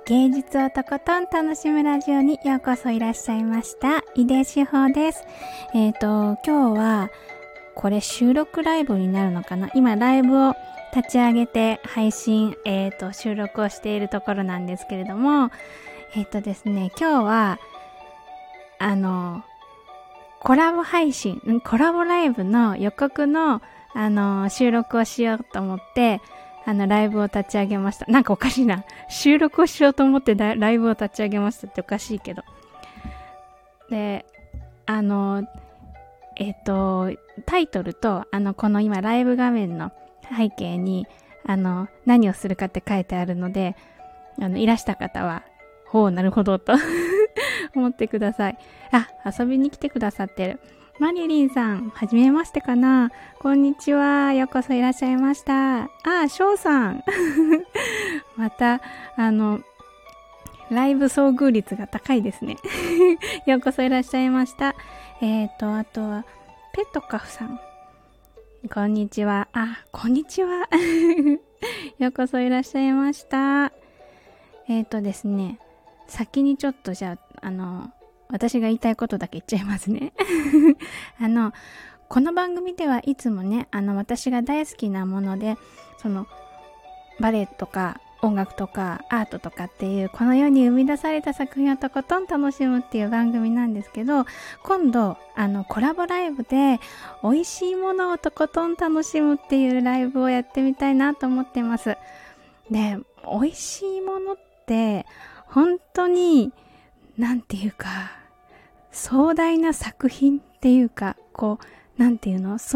芸術をとことん楽しむラジオにようこそいらっしゃいました。井出志保です。今日はこれ収録ライブになるのかな。今ライブを立ち上げて配信、収録をしているところなんですけれども、ですね、今日はコラボ配信、コラボライブの予告の収録をしようと思ってライブを立ち上げました。なんかおかしいな。収録をしようと思ってライブを立ち上げましたっておかしいけど。で、タイトルと、この今ライブ画面の背景に、何をするかって書いてあるので、いらした方は、ほう、なるほど、と思ってください。あ、遊びに来てくださってる。マリリンさん、はじめましてかな。こんにちは。ようこそいらっしゃいました。ショウさん。また、ライブ遭遇率が高いですね。ようこそいらっしゃいました。あとは、ペトカフさん。こんにちは。こんにちは。ようこそいらっしゃいました。ですね、先にちょっとじゃあ、私が言いたいことだけ言っちゃいますね。この番組ではいつもね、私が大好きなもので、バレエとか音楽とかアートとかっていう、この世に生み出された作品をとことん楽しむっていう番組なんですけど、今度、コラボライブで美味しいものをとことん楽しむっていうライブをやってみたいなと思ってます。で、美味しいものって、本当に、なんていうか、壮大な作品っていうか、なんていうの、ち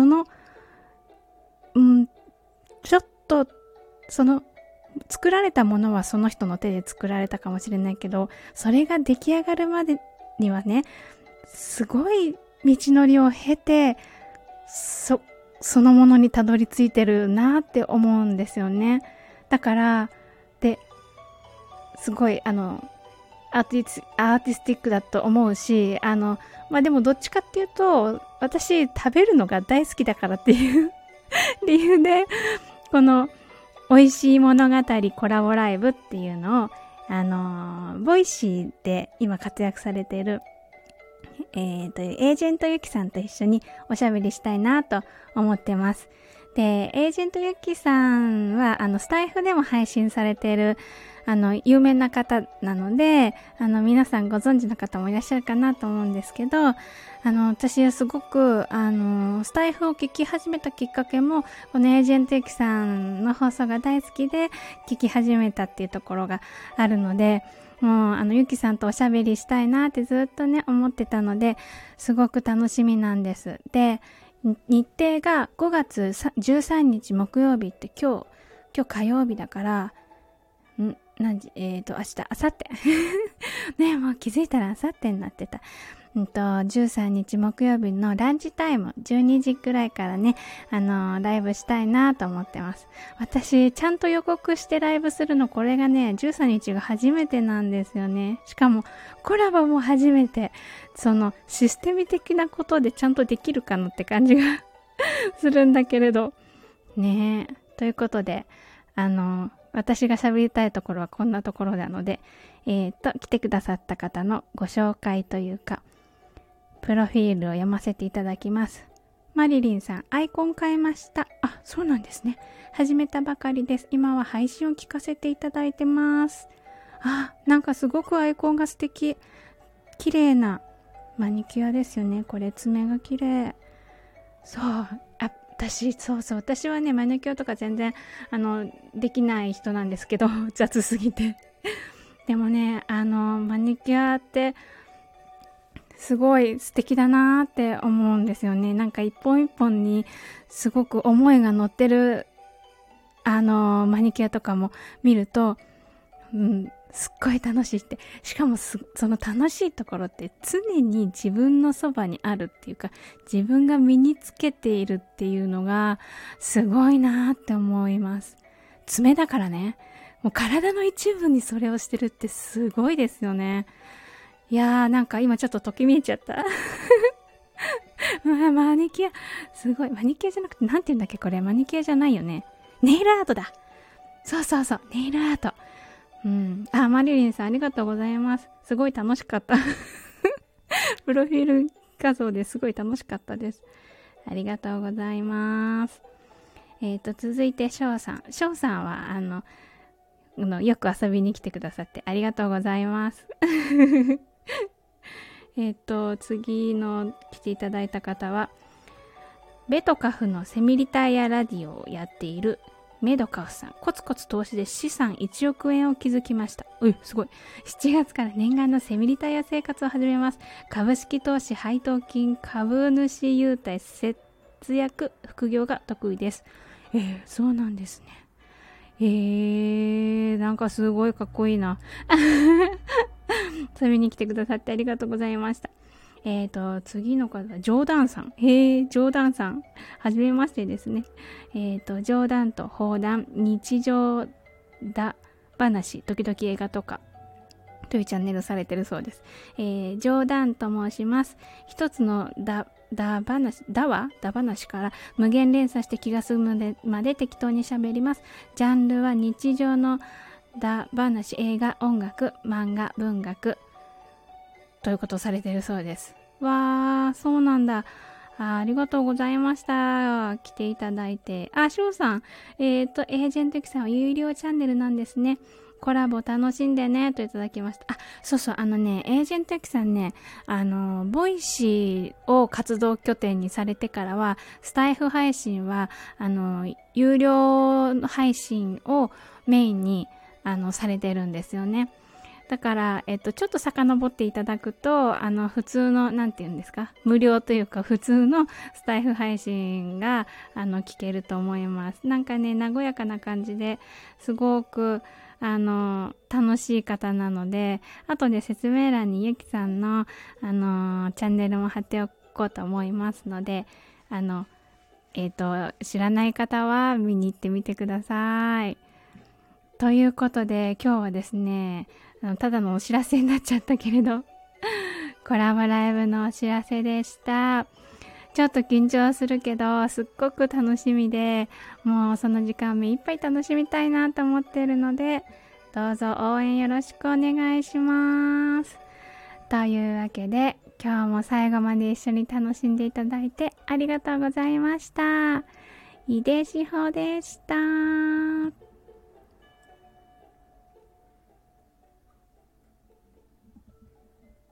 ょっと、作られたものはその人の手で作られたかもしれないけど、それが出来上がるまでにはね、すごい道のりを経て、そのものにたどり着いてるなって思うんですよね。だから、すごい、アーティスティックだと思うし、でもどっちかっていうと、私食べるのが大好きだからっていう理由で、この美味しい物語コラボライブっていうのを、ボイシーで今活躍されている、エージェントゆきさんと一緒におしゃべりしたいなと思ってます。で、エージェントゆきさんは、スタイフでも配信されている、有名な方なので、皆さんご存知の方もいらっしゃるかなと思うんですけど、私はすごく、スタイフを聞き始めたきっかけも、このエージェントゆきさんの放送が大好きで聞き始めたっていうところがあるので、もう、ゆきさんとおしゃべりしたいなってずっとね、思ってたので、すごく楽しみなんです。で、日程が5月13日木曜日って今日火曜日だから、何時？明日、明後日。ね、もう気づいたら明後日になってた。13日木曜日のランチタイム、12時くらいからね、ライブしたいなと思ってます。私、ちゃんと予告してライブするの、これがね、13日が初めてなんですよね。しかも、コラボも初めて、システム的なことでちゃんとできるかなって感じがするんだけれど。ねえ。ということで、私が喋りたいところはこんなところなので、来てくださった方のご紹介というか、プロフィールを読ませていただきます。マリリンさん、アイコン変えました。そうなんですね。始めたばかりです。今は配信を聞かせていただいてます。なんかすごくアイコンが素敵。綺麗なマニキュアですよね。これ爪が綺麗。そう。私はね、マニキュアとか全然、できない人なんですけど、雑すぎて。でもね、マニキュアって、すごい素敵だなーって思うんですよね。なんか一本一本に、すごく思いが乗ってる、マニキュアとかも見ると、すっごい楽しいって。しかもその楽しいところって常に自分のそばにあるっていうか、自分が身につけているっていうのがすごいなって思います。爪だからね。もう体の一部にそれをしてるってすごいですよね。いやー、なんか今ちょっとときめいちゃった。マニキュア、すごい。マニキュアじゃなくて、なんて言うんだっけこれ。マニキュアじゃないよね。ネイルアートだ。そう、ネイルアート。 うん。あ、マリリンさんありがとうございます。すごい楽しかった。プロフィール画像ですごい楽しかったです。ありがとうございます。続いて翔さん。翔さんは、よく遊びに来てくださってありがとうございます。次の来ていただいた方は、ベトカフのセミリタイアラディオをやっているメドカフさん。コツコツ投資で資産1億円を築きました。すごい。7月から念願のセミリタイア生活を始めます。株式投資、配当金、株主優待、節約、副業が得意です。そうなんですね。なんかすごいかっこいいな。遊びに来てくださってありがとうございました。次の方、ジョーダンさん。ジョーダンさん。はじめましてですね。冗談と放談、日常だ話、時々映画とか、というチャンネルされてるそうです。冗談と申します。一つのだ話から無限連鎖して気が済むまで適当に喋ります。ジャンルは日常のだ話、映画、音楽、漫画、文学、ということをされているそうです。わー、そうなんだ。ありがとうございました。来ていただいて。翔さん。エージェント X さんは有料チャンネルなんですね。コラボ楽しんでね、といただきました。そうそう、エージェント X さんね、ボイシーを活動拠点にされてからは、スタイフ配信は、有料配信をメインに、されてるんですよね。だから、ちょっと遡っていただくと、普通の、なんて言うんですか、無料というか、普通のスタイフ配信が、聞けると思います。なんかね、和やかな感じで、すごく、楽しい方なので、後で説明欄にゆきさんの、チャンネルも貼っておこうと思いますので、知らない方は見に行ってみてください。ということで、今日はですね、ただのお知らせになっちゃったけれど、コラボライブのお知らせでした。ちょっと緊張するけど、すっごく楽しみで、もうその時間目いっぱい楽しみたいなと思っているので、どうぞ応援よろしくお願いします。というわけで、今日も最後まで一緒に楽しんでいただいてありがとうございました。井出志保でした。